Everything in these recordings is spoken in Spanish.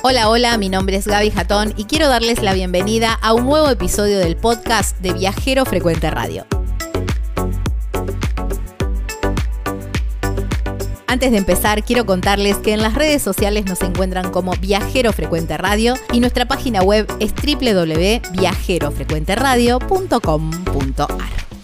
Hola, hola, mi nombre es Gaby Jatón y quiero darles la bienvenida a un nuevo episodio del podcast de Viajero Frecuente Radio. Antes de empezar, quiero contarles que en las redes sociales nos encuentran como Viajero Frecuente Radio y nuestra página web es www.viajerofrecuenteradio.com.ar.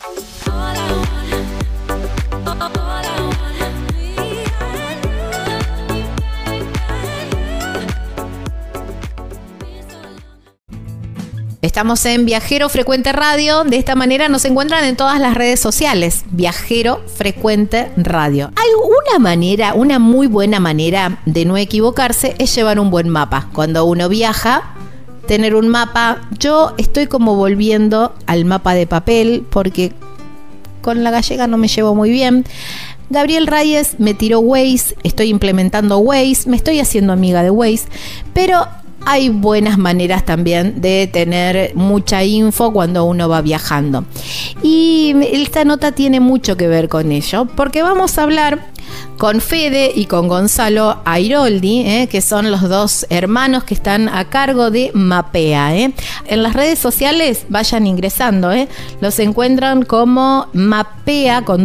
Estamos en Viajero Frecuente Radio. De esta manera nos encuentran en todas las redes sociales. Viajero Frecuente Radio. Una muy buena manera de no equivocarse es llevar un buen mapa. Cuando uno viaja, tener un mapa. Yo estoy como volviendo al mapa de papel porque con la gallega no me llevo muy bien. Gabriel Reyes me tiró Waze, estoy implementando Waze, me estoy haciendo amiga de Waze, pero hay buenas maneras también de tener mucha info cuando uno va viajando. Y esta nota tiene mucho que ver con ello, porque vamos a hablar con Fede y con Gonzalo Airoldi, que son los dos hermanos que están a cargo de Mapea. En las redes sociales vayan ingresando, los encuentran como Mapea con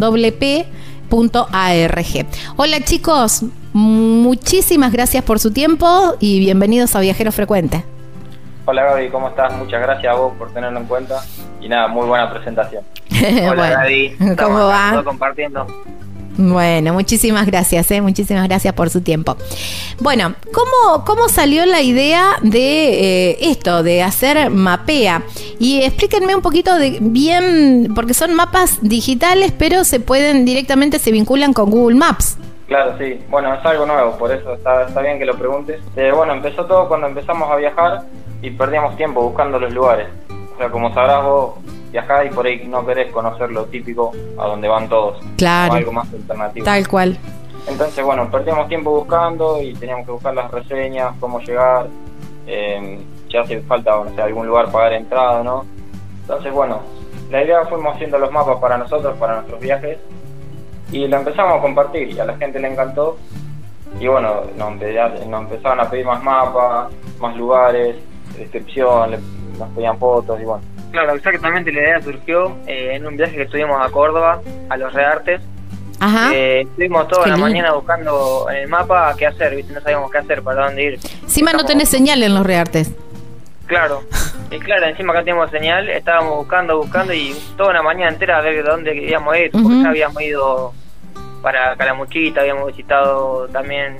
.arg. Hola chicos, muchísimas gracias por su tiempo y bienvenidos a Viajero Frecuente. Hola Gaby, ¿cómo estás? Muchas gracias a vos por tenerlo en cuenta y nada, muy buena presentación. Hola bueno, Gaby, ¿cómo va? Compartiendo. Bueno, muchísimas gracias, muchísimas gracias por su tiempo. Bueno, ¿cómo salió la idea de esto, de hacer Mapea? Y explíquenme un poquito bien, porque son mapas digitales, pero se vinculan con Google Maps. Claro, sí. Bueno, es algo nuevo, por eso está bien que lo preguntes. Bueno, empezó todo cuando empezamos a viajar y perdíamos tiempo buscando los lugares. O sea, como sabrás vos, viajás y por ahí no querés conocer lo típico a donde van todos. Claro. O algo más alternativo. Tal cual. Entonces, bueno, perdíamos tiempo buscando y teníamos que buscar las reseñas, cómo llegar, si hace falta, o sea, algún lugar pagar entrada, ¿no? Entonces, bueno, la idea fuimos haciendo los mapas para nosotros, para nuestros viajes, y lo empezamos a compartir y a la gente le encantó. Y bueno, nos empezaron a pedir más mapas, más lugares, descripción, nos pedían fotos y bueno. Claro, exactamente, la idea surgió en un viaje que estuvimos a Córdoba, a los Reartes. Ajá. Estuvimos toda la mañana buscando en el mapa qué hacer, ¿viste? No sabíamos qué hacer, para dónde ir. Encima no tenés señal en los Reartes. Claro, encima acá teníamos señal, estábamos buscando y toda una mañana entera a ver dónde queríamos ir, porque ya habíamos ido para Calamuchita, habíamos visitado también,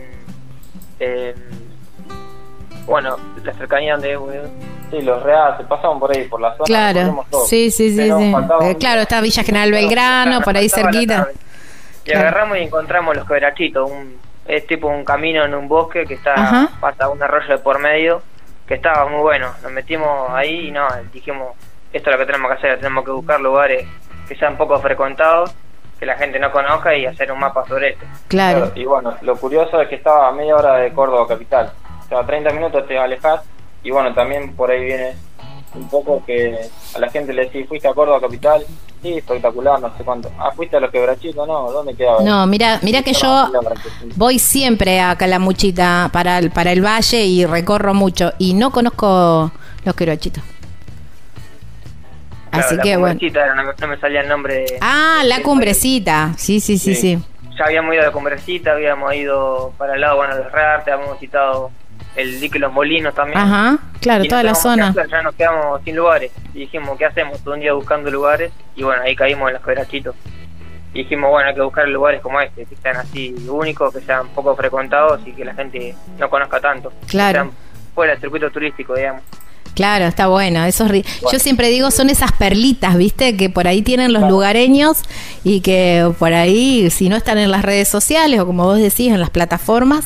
la cercanía donde... Sí, los Reartes, pasamos por ahí, por la zona. Claro, sí. Claro, está Villa General Belgrano, por ahí cerquita. Y agarramos y encontramos los Quebrachitos, es tipo un camino en un bosque que pasa un arroyo de por medio, que estaba muy bueno. Nos metimos ahí y dijimos, esto es lo que tenemos que hacer, tenemos que buscar lugares que sean poco frecuentados, que la gente no conozca y hacer un mapa sobre esto. Claro. Y bueno, lo curioso es que estaba a media hora de Córdoba capital, o sea, 30 minutos te alejás. Y bueno, también por ahí viene un poco que a la gente le decís, ¿fuiste a Córdoba capital? Sí, espectacular, no sé cuánto. ¿Fuiste a los Quebrachitos? No, ¿dónde quedaba? No, mira que yo voy siempre a Calamuchita para el valle y recorro mucho y no conozco los Quebrachitos. Claro, así que bueno. No me salía el nombre. La Cumbrecita. Sí. Ya habíamos ido a la Cumbrecita, habíamos ido para el lado, de los Reartes, habíamos visitado el dique Los Molinos también. Ajá, claro, toda la zona. Ya nos quedamos sin lugares y dijimos, ¿qué hacemos? Todo un día buscando lugares y bueno, ahí caímos en los Quebrachitos. Y dijimos, bueno, hay que buscar lugares como este, que sean así únicos, que sean poco frecuentados y que la gente no conozca tanto. Claro. Que sean fuera del circuito turístico, digamos. Claro, está bueno. Yo siempre digo, son esas perlitas, ¿viste? Que por ahí tienen los lugareños y que por ahí, si no están en las redes sociales o como vos decís, en las plataformas,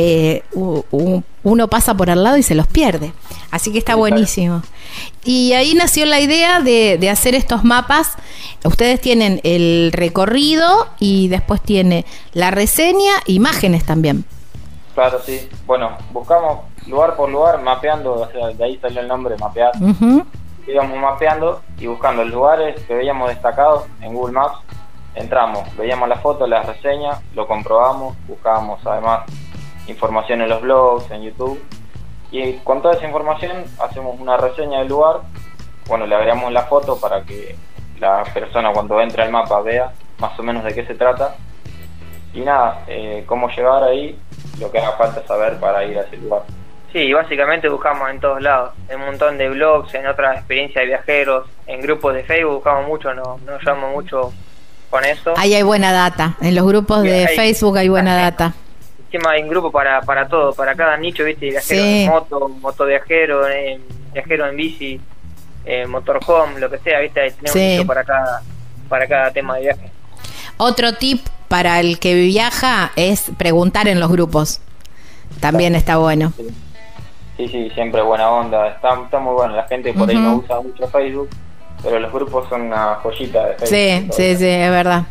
uno pasa por al lado y se los pierde. Así que está buenísimo. Y ahí nació la idea de hacer estos mapas. Ustedes tienen el recorrido y después tiene la reseña, imágenes también. Claro, sí. Bueno, buscamos lugar por lugar, mapeando, o sea, de ahí salió el nombre, mapear. Íbamos mapeando y buscando los lugares que veíamos destacados en Google Maps. Entramos, veíamos la foto, la reseña, lo comprobamos, buscábamos además información en los blogs, en YouTube. Y con toda esa información hacemos una reseña del lugar. Bueno, le agregamos la foto para que la persona cuando entre al mapa vea más o menos de qué se trata. Y nada, cómo llegar ahí, lo que haga falta saber para ir a ese lugar. Sí, básicamente buscamos en todos lados, en un montón de blogs, en otras experiencias de viajeros, en grupos de Facebook buscamos mucho, nos llamamos mucho con eso. Ahí hay buena data, en los grupos de Facebook hay buena data. Encima hay un grupo para todo, para cada nicho, viste, viajero en moto viajero, viajero en bici, motorhome, lo que sea, viste, ahí tenemos un nicho para cada tema de viaje. Otro tip para el que viaja es preguntar en los grupos, también está bueno. Sí, siempre buena onda, está muy bueno, la gente por ahí no usa mucho Facebook, pero los grupos son una joyita de Facebook. Sí, es verdad.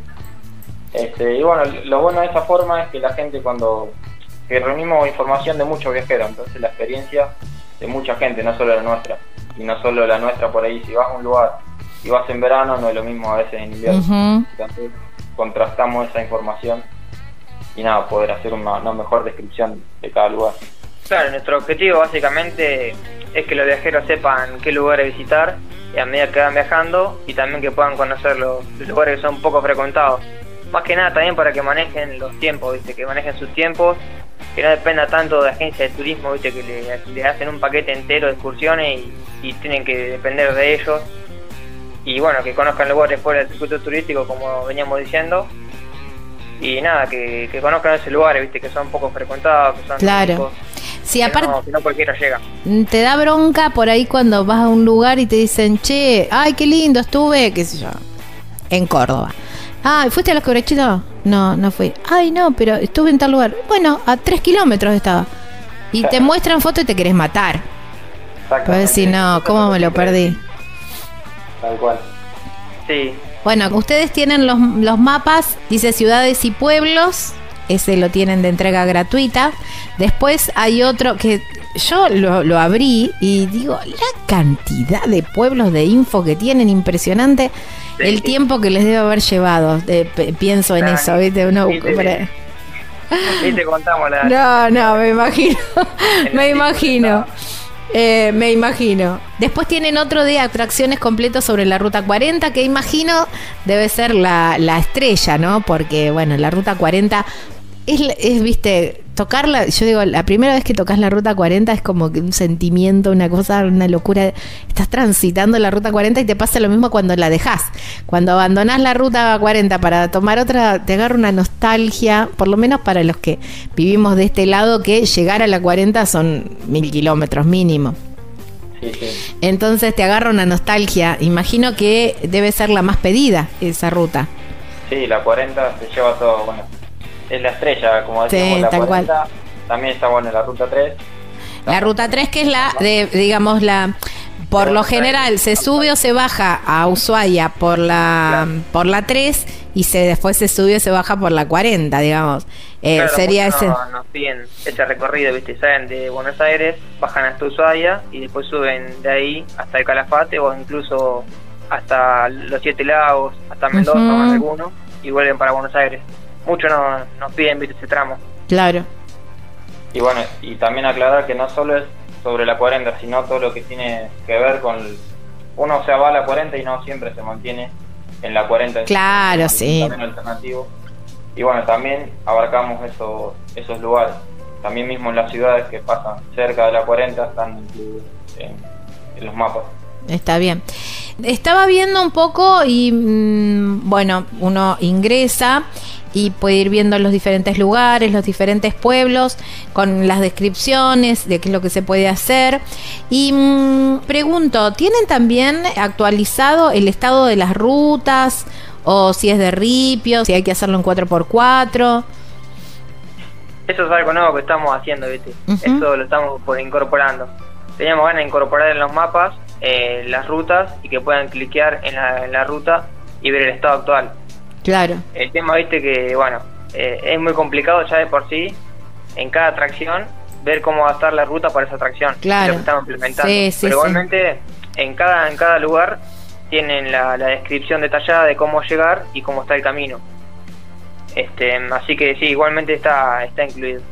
Y bueno, lo bueno de esa forma es que la gente que reunimos información de muchos viajeros, entonces la experiencia de mucha gente, no solo la nuestra, y no solo la nuestra por ahí, si vas a un lugar y vas en verano no es lo mismo a veces en invierno, entonces contrastamos esa información y nada, poder hacer una mejor descripción de cada lugar. Claro, nuestro objetivo básicamente es que los viajeros sepan qué lugares visitar y a medida que van viajando y también que puedan conocer los lugares que son poco frecuentados. Más que nada también para que manejen los tiempos, viste, que manejen sus tiempos, que no dependa tanto de agencias de turismo, viste, que le hacen un paquete entero de excursiones y tienen que depender de ellos. Y bueno, que conozcan lugares fuera del circuito turístico, como veníamos diciendo. Y nada, que conozcan esos lugares, viste, que son poco frecuentados, que son claro. Sí, aparte que no cualquiera llega. Te da bronca por ahí cuando vas a un lugar y te dicen, che, ay, qué lindo estuve, qué sé yo, en Córdoba. Ay, ¿fuiste a los Quebrachitos? No fui. Ay, no, pero estuve en tal lugar. Bueno, a 3 kilómetros estaba. Y te muestran foto y te querés matar. Puedes decir, no, ¿cómo me lo perdí? Tal cual. Sí. Bueno, ustedes tienen los mapas, dice ciudades y pueblos. Ese lo tienen de entrega gratuita. Después hay otro que yo lo abrí y digo, la cantidad de pueblos de info que tienen, impresionante. Sí. El tiempo que les debe haber llevado. Pienso en eso, ¿viste? Y te contamos No, me imagino. Me imagino. Después tienen otro de atracciones completos sobre la Ruta 40, que imagino debe ser la estrella, ¿no? Porque, bueno, la Ruta 40 es, viste, tocarla, yo digo, la primera vez que tocas la Ruta 40 es como que un sentimiento, una cosa, una locura. Estás transitando la Ruta 40 y te pasa lo mismo cuando la dejás. Cuando abandonás la Ruta 40 para tomar otra, te agarra una nostalgia, por lo menos para los que vivimos de este lado, que llegar a la 40 son 1000 kilómetros mínimo. Sí. Entonces te agarra una nostalgia. Imagino que debe ser la más pedida esa ruta. Sí, la 40 se lleva todo, bueno, es la estrella, como decimos, sí, la 40, cual. También está bueno la Ruta 3. La Ruta 3 que es la de, digamos, por lo general se sube o se baja a Ushuaia por la 3 y después se sube o se baja por la 40, digamos. Claro, sería ese. Nos piden ese recorrido, viste, salen de Buenos Aires, bajan hasta Ushuaia y después suben de ahí hasta el Calafate o incluso hasta los Siete Lagos, hasta Mendoza, más algunos, y vuelven para Buenos Aires. Muchos nos piden, viste, ese tramo. Claro. Y bueno, y también aclarar que no solo es sobre la 40, sino todo lo que tiene que ver con uno se va a la 40 y no siempre se mantiene en la 40. Claro, sí. También alternativo. Y bueno, también abarcamos esos lugares. También mismo en las ciudades que pasan cerca de la 40 están incluidos en los mapas. Está bien. Estaba viendo un poco y bueno, uno ingresa y puede ir viendo los diferentes lugares, los diferentes pueblos, con las descripciones de qué es lo que se puede hacer. Y pregunto, ¿tienen también actualizado el estado de las rutas? O si es de ripio, si hay que hacerlo en 4x4. Eso es algo nuevo que estamos haciendo, ¿viste? Eso lo estamos incorporando. Teníamos ganas de incorporar en los mapas las rutas y que puedan cliquear en la ruta y ver el estado actual. Claro. El tema, viste, que bueno, es muy complicado ya de por sí, en cada atracción, ver cómo va a estar la ruta para esa atracción. Claro. Es lo que estamos implementando. Sí, pero igualmente, en cada lugar tienen la descripción detallada de cómo llegar y cómo está el camino. Así que sí, igualmente está incluido.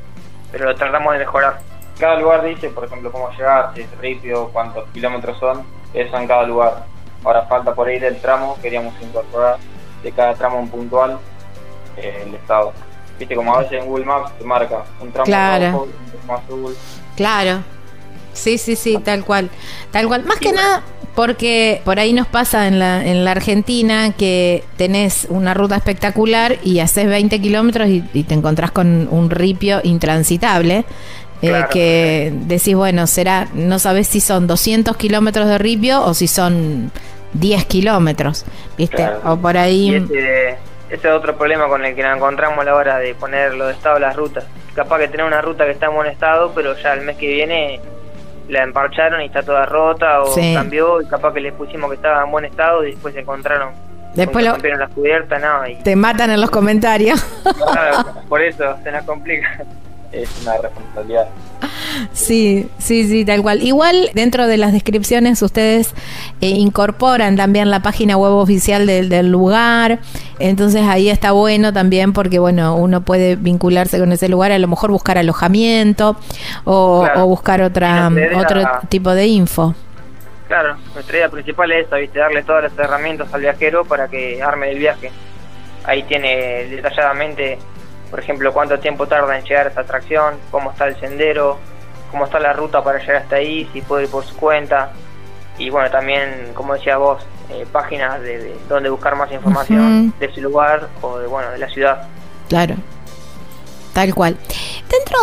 pero lo tratamos de mejorar. Cada lugar dice, por ejemplo, cómo llegar, si es ripio, cuántos kilómetros son, eso en cada lugar. Ahora falta por ahí del tramo, queríamos incorporar de cada tramo en puntual el estado. Viste, como a veces en Google Maps te marca un tramo rojo, un tramo azul. Claro. Sí, tal cual. Más que nada porque por ahí nos pasa en la Argentina que tenés una ruta espectacular y haces 20 kilómetros y te encontrás con un ripio intransitable. Claro. Que decís, bueno, no sabés si son 200 kilómetros de ripio o si son 10 kilómetros, ¿viste? Claro. O por ahí. Y ese es otro problema con el que nos encontramos a la hora de ponerlo de estado las rutas. Capaz que tener una ruta que está en buen estado, pero ya el mes que viene la emparcharon y está toda rota o cambió, y capaz que les pusimos que estaba en buen estado y después se encontraron. Después rompieron las cubiertas, y te matan en los comentarios. Claro, por eso se nos complica. Es una responsabilidad. Sí, tal cual. Igual dentro de las descripciones ustedes incorporan también la página web oficial del lugar, entonces ahí está bueno también porque bueno, uno puede vincularse con ese lugar, a lo mejor buscar alojamiento o buscar otro tipo de info. Claro, nuestra idea principal es esa, ¿viste? Darle todas las herramientas al viajero para que arme el viaje. Ahí tiene detalladamente, por ejemplo, cuánto tiempo tarda en llegar a esa atracción, cómo está el sendero, cómo está la ruta para llegar hasta ahí, si puede ir por su cuenta. Y bueno, también, como decía vos, páginas de donde buscar más información de ese lugar o de la ciudad. Claro, tal cual. Dentro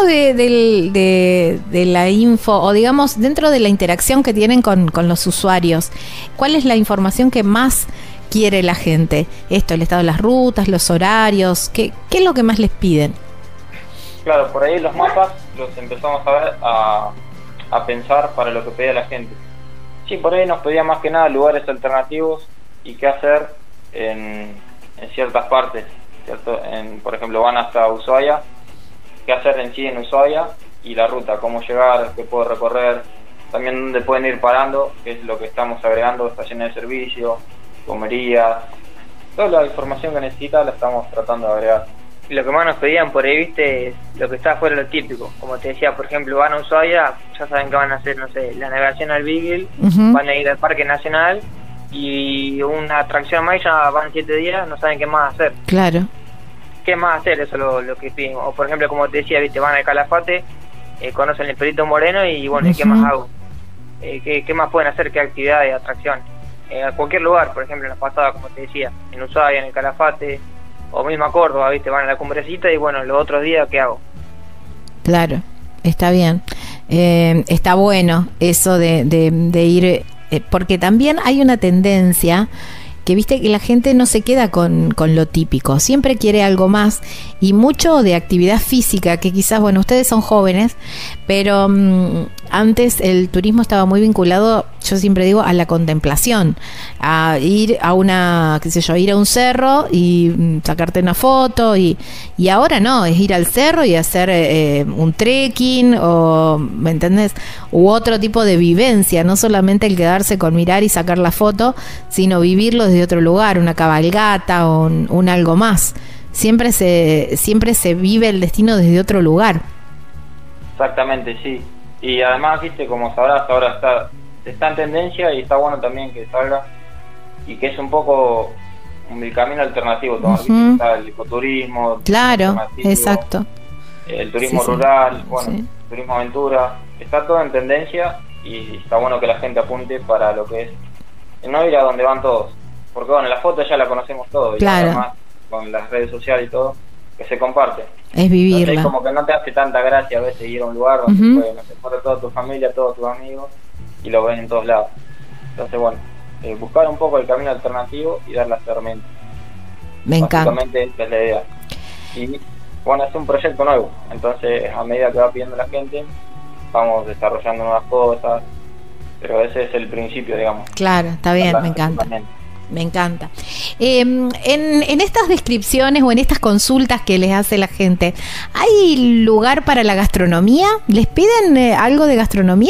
de la info, o digamos, dentro de la interacción que tienen con los usuarios, ¿cuál es la información que más quiere la gente? El estado de las rutas, los horarios, ¿qué es lo que más les piden? Claro, por ahí los mapas los empezamos a ver, a pensar para lo que pedía la gente. Sí, por ahí nos pedía más que nada lugares alternativos y qué hacer en ciertas partes, ¿cierto? Por ejemplo, van hasta Ushuaia, qué hacer en Ushuaia y la ruta, cómo llegar, qué puedo recorrer, también dónde pueden ir parando, que es lo que estamos agregando, estaciones de servicio, comerías, toda la información que necesita la estamos tratando de agregar. Y lo que más nos pedían por ahí, viste, es lo que está fuera de lo típico. Como te decía, por ejemplo, van a Ushuaia, ya saben que van a hacer, no sé, la navegación al Beagle, van a ir al Parque Nacional y una atracción más, ya van 7 días, no saben qué más hacer. Claro. ¿Qué más hacer? Eso es lo que piden. O por ejemplo, como te decía, viste, van al Calafate, conocen el Perito Moreno y bueno, ¿qué más hago? ¿Qué más pueden hacer? ¿Qué actividades, atracción? A cualquier lugar, por ejemplo, en la pasada, como te decía, en Ushuaia, en el Calafate, o mismo a Córdoba, ¿viste? Van a la Cumbrecita y bueno, los otros días, ¿qué hago? Claro, está bien. Está bueno eso de ir, porque también hay una tendencia que viste que la gente no se queda con lo típico, siempre quiere algo más y mucho de actividad física, que quizás, bueno, ustedes son jóvenes, pero antes el turismo estaba muy vinculado, yo siempre digo, a la contemplación, a ir a ir a un cerro y sacarte una foto y ahora no, es ir al cerro y hacer un trekking o, ¿me entendés? U otro tipo de vivencia, no solamente el quedarse con mirar y sacar la foto, sino vivirlo desde otro lugar, una cabalgata o un algo más. Siempre se vive el destino desde otro lugar. Exactamente, sí. Y además, viste, como sabrás, ahora está en tendencia y está bueno también que salga y que es un poco el camino alternativo. Está el ecoturismo, claro, exacto, el turismo rural, el turismo aventura, está todo en tendencia y está bueno que la gente apunte para lo que es no ir a donde van todos, porque bueno, la foto ya la conocemos todos, claro, y además con las redes sociales y todo, que se comparte. Es vivirla. Entonces, como que no te hace tanta gracia a veces ir a un lugar donde puede, no sé, corre toda tu familia, todos tus amigos y lo ven en todos lados. Entonces, bueno, buscar un poco el camino alternativo y dar las herramientas. Me encanta. Básicamente esa es la idea. Y bueno, es un proyecto nuevo, entonces a medida que va pidiendo la gente, vamos desarrollando nuevas cosas, pero ese es el principio, digamos. Claro, está bien, me encanta. Me encanta. En estas descripciones o en estas consultas que les hace la gente, ¿hay lugar para la gastronomía? ¿Les piden algo de gastronomía?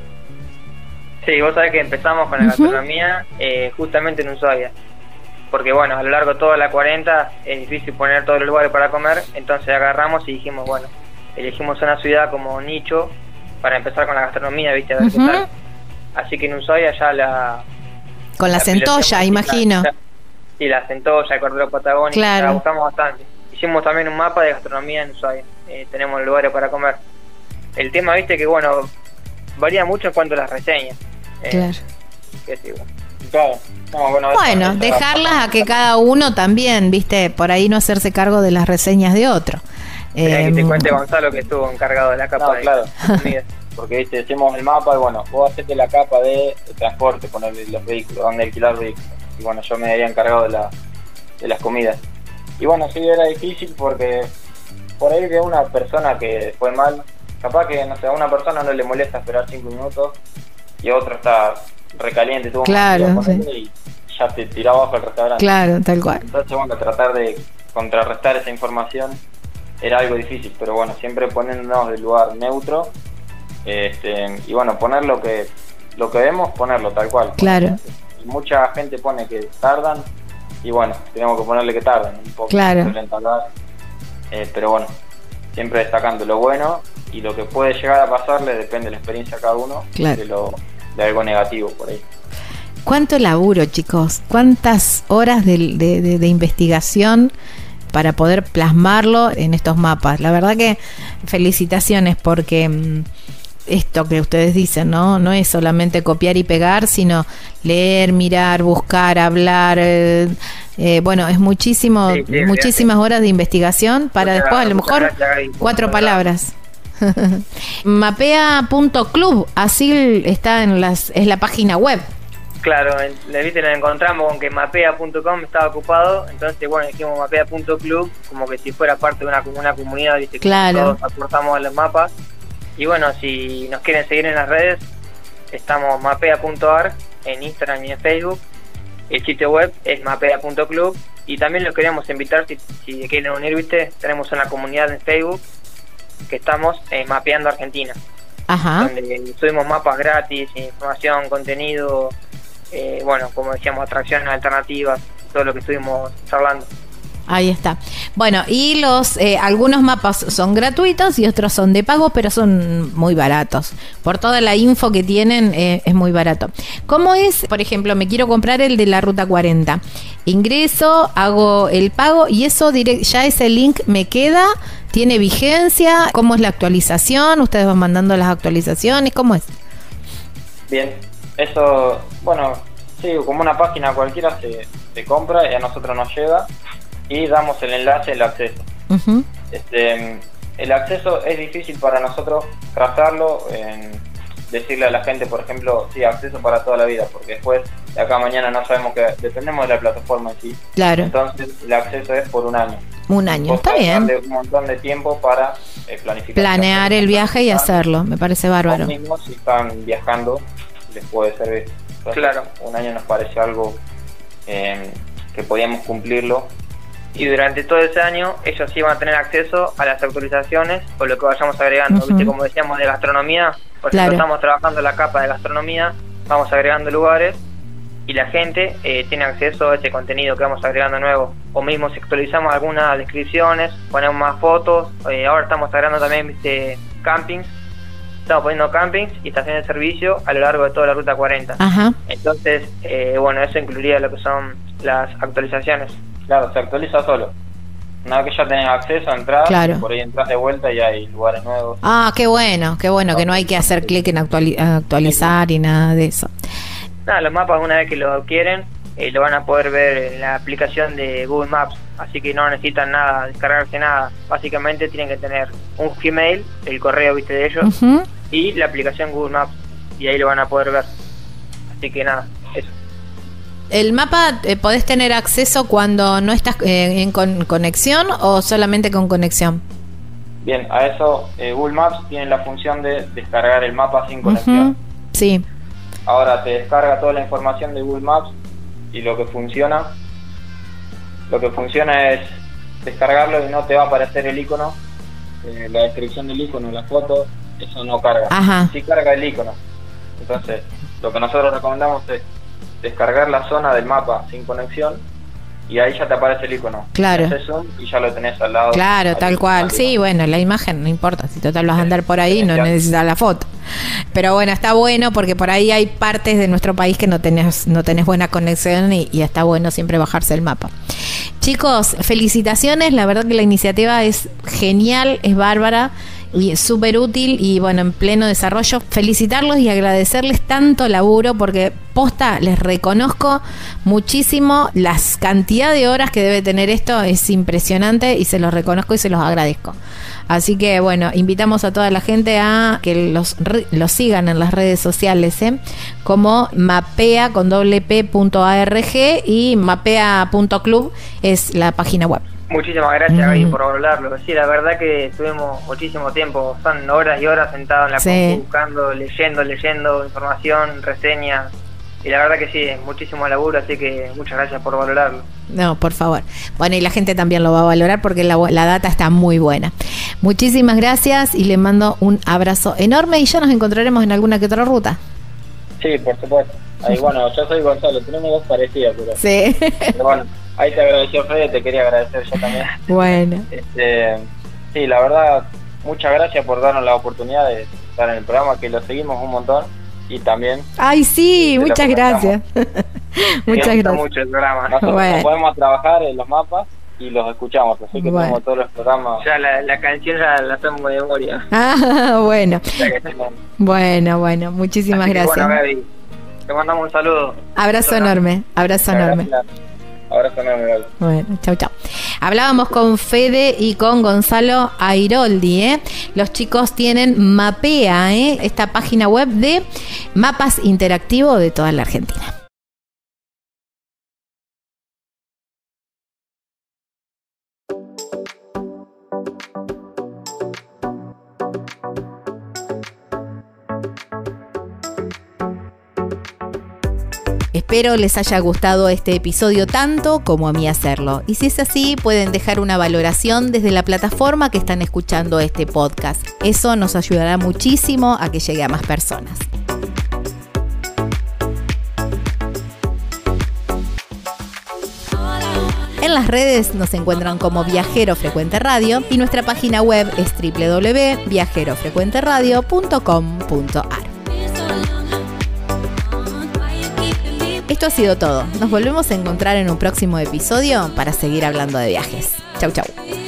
Sí, vos sabés que empezamos con la gastronomía justamente en Ushuaia. Porque bueno, a lo largo de toda la 40 es difícil poner todos los lugares para comer, entonces agarramos y dijimos, bueno, elegimos una ciudad como nicho para empezar con la gastronomía, ¿viste? A ver qué tal. Así que en Ushuaia ya con la centolla, imagino. Sí, la centolla, el cordero patagónico, claro. La gustamos bastante. Hicimos también un mapa de gastronomía en Ushuaia. Tenemos lugares para comer. El tema, viste, que bueno, varía mucho en cuanto a las reseñas. Claro. Que sí, bueno. Claro. No, bueno, dejarlas a que cada uno también, viste, por ahí no hacerse cargo de las reseñas de otro. Que te cuente Gonzalo que estuvo encargado de la capa claro. Porque viste, hicimos el mapa y bueno, vos hacete la capa de transporte, ponerle los vehículos, donde alquilar vehículos. Y bueno, yo me había encargado de las comidas. Y bueno, sí, era difícil porque por ahí que una persona que fue mal, capaz que, no sé, a una persona no le molesta esperar 5 minutos y a otro está recaliente, tuvo claro, sí. Y ya te tiró abajo el restaurante. Claro, tal cual. Entonces, bueno, tratar de contrarrestar esa información era algo difícil, pero bueno, siempre poniéndonos del lugar neutro, y bueno, poner lo que vemos, ponerlo tal cual. Claro. Y mucha gente pone que tardan, y bueno, tenemos que ponerle que tardan un poco. Claro. Pero bueno, siempre destacando lo bueno y lo que puede llegar a pasarle depende de la experiencia de cada uno, claro, de algo negativo por ahí. ¿Cuánto laburo, chicos? ¿Cuántas horas de investigación para poder plasmarlo en estos mapas? La verdad que felicitaciones, porque esto que ustedes dicen, no es solamente copiar y pegar, sino leer, mirar, buscar, hablar. Bueno, es muchísimas horas de investigación para después a lo mejor 4 palabras. Mapea.club, así está es la página web. Claro, nos encontramos con que mapea.com estaba ocupado, entonces bueno, dijimos mapea.club, como que si fuera parte de una comunidad, viste, que claro, todos aportamos a los mapas. Y bueno, si nos quieren seguir en las redes, estamos mapea.ar en Instagram y en Facebook. El sitio web es mapea.club. Y también los queremos invitar, si quieren unir, viste, tenemos una comunidad en Facebook que estamos Mapeando Argentina. Ajá. Donde subimos mapas gratis, información, contenido, bueno, como decíamos, atracciones alternativas, todo lo que estuvimos charlando. Ahí está. Bueno, y algunos mapas son gratuitos y otros son de pago, pero son muy baratos. Por toda la info que tienen, es muy barato. ¿Cómo es? Por ejemplo, me quiero comprar el de la Ruta 40. Ingreso, hago el pago y eso ya ese link me queda, tiene vigencia. ¿Cómo es la actualización? ¿Ustedes van mandando las actualizaciones? ¿Cómo es? Bien, eso, bueno, sí, como una página cualquiera se compra y a nosotros nos llega. Y damos el enlace, el acceso. Uh-huh. El acceso es difícil para nosotros trazarlo, decirle a la gente, por ejemplo, sí, acceso para toda la vida, porque después de acá a mañana no sabemos que dependemos de la plataforma en sí. Claro. Entonces el acceso es por un año. Un año, está bien. Un montón de tiempo para planificar. Planear el viaje y hacerlo, me parece bárbaro. Los mismos, si están viajando, les puede servir. Entonces, claro. Un año nos parece algo que podíamos cumplirlo. Y durante todo ese año ellos sí van a tener acceso a las actualizaciones o lo que vayamos agregando. Uh-huh. ¿Viste? Como decíamos de gastronomía, por ejemplo, estamos trabajando la capa de gastronomía, vamos agregando lugares y la gente tiene acceso a ese contenido que vamos agregando nuevo. O mismo si actualizamos algunas descripciones, ponemos más fotos. Ahora estamos agregando también, viste, campings. Estamos poniendo campings y estaciones de servicio a lo largo de toda la Ruta 40. Uh-huh. Entonces, bueno, eso incluiría lo que son las actualizaciones. Claro, se actualiza solo. Una vez que ya tenés acceso a entrar, claro, por ahí entras de vuelta y hay lugares nuevos. Ah, qué bueno, que no hay que hacer clic en actualizar y nada de eso. Nada, los mapas una vez que lo adquieren, lo van a poder ver en la aplicación de Google Maps, así que no necesitan nada, descargarse nada. Básicamente tienen que tener un Gmail, el correo, viste, de ellos, uh-huh, y la aplicación Google Maps, y ahí lo van a poder ver. Así que nada, eso. ¿El mapa podés tener acceso cuando no estás en conexión o solamente con conexión? Bien, a eso Google Maps tiene la función de descargar el mapa sin conexión. Uh-huh. Sí. Ahora te descarga toda la información de Google Maps y lo que funciona es descargarlo y no te va a aparecer el icono, la descripción del icono, la foto, eso no carga. Ajá. Sí carga el icono. Entonces, lo que nosotros recomendamos es descargar la zona del mapa sin conexión y ahí ya te aparece el icono. Claro. Haces zoom y ya lo tenés al lado. Claro, tal cual. Sí, bueno, la imagen no importa. Si total vas a andar por ahí, no necesitas la foto. Pero bueno, está bueno porque por ahí hay partes de nuestro país que no tenés buena conexión y está bueno siempre bajarse el mapa. Chicos, felicitaciones. La verdad que la iniciativa es genial, es bárbara y súper útil y bueno, en pleno desarrollo. Felicitarlos y agradecerles tanto laburo porque posta, les reconozco muchísimo las cantidad de horas que debe tener esto, es impresionante y se los reconozco y se los agradezco. Así que bueno, invitamos a toda la gente a que los sigan en las redes sociales, como mapea con .p.org y mapea.club es la página web. Muchísimas gracias, Gaby, por hablarlo. Sí, la verdad que estuvimos muchísimo tiempo, son horas y horas sentados en la compu buscando, leyendo información, reseñas. Y la verdad que sí, es muchísimo laburo, así que muchas gracias por valorarlo. No, por favor. Bueno, y la gente también lo va a valorar porque la data está muy buena. Muchísimas gracias y le mando un abrazo enorme y ya nos encontraremos en alguna que otra ruta. Sí, por supuesto. Ahí, bueno, yo soy Gonzalo, tenemos dos parecidas, pero... Sí. Pero bueno, ahí te agradeció Fede, te quería agradecer yo también. Bueno. Sí, la verdad, muchas gracias por darnos la oportunidad de estar en el programa, que lo seguimos un montón. Y también... ¡Ay, sí! Muchas gracias. Muchas gracias. Mucho el programa. Nosotros podemos trabajar en los mapas y los escuchamos, así que tenemos todos los programas. Ya la canción ya la tengo de memoria. Ah, bueno. Bueno, muchísimas gracias. Bueno, Gaby, te mandamos un saludo. Abrazo enorme. Abrazo enorme. Bueno, chau. Hablábamos con Fede y con Gonzalo Airoldi, Los chicos tienen Mapea, esta página web de mapas interactivos de toda la Argentina. Espero les haya gustado este episodio tanto como a mí hacerlo. Y si es así, pueden dejar una valoración desde la plataforma que están escuchando este podcast. Eso nos ayudará muchísimo a que llegue a más personas. En las redes nos encuentran como Viajero Frecuente Radio y nuestra página web es www.viajerofrecuenteradio.com.ar. Esto ha sido todo. Nos volvemos a encontrar en un próximo episodio para seguir hablando de viajes. Chau.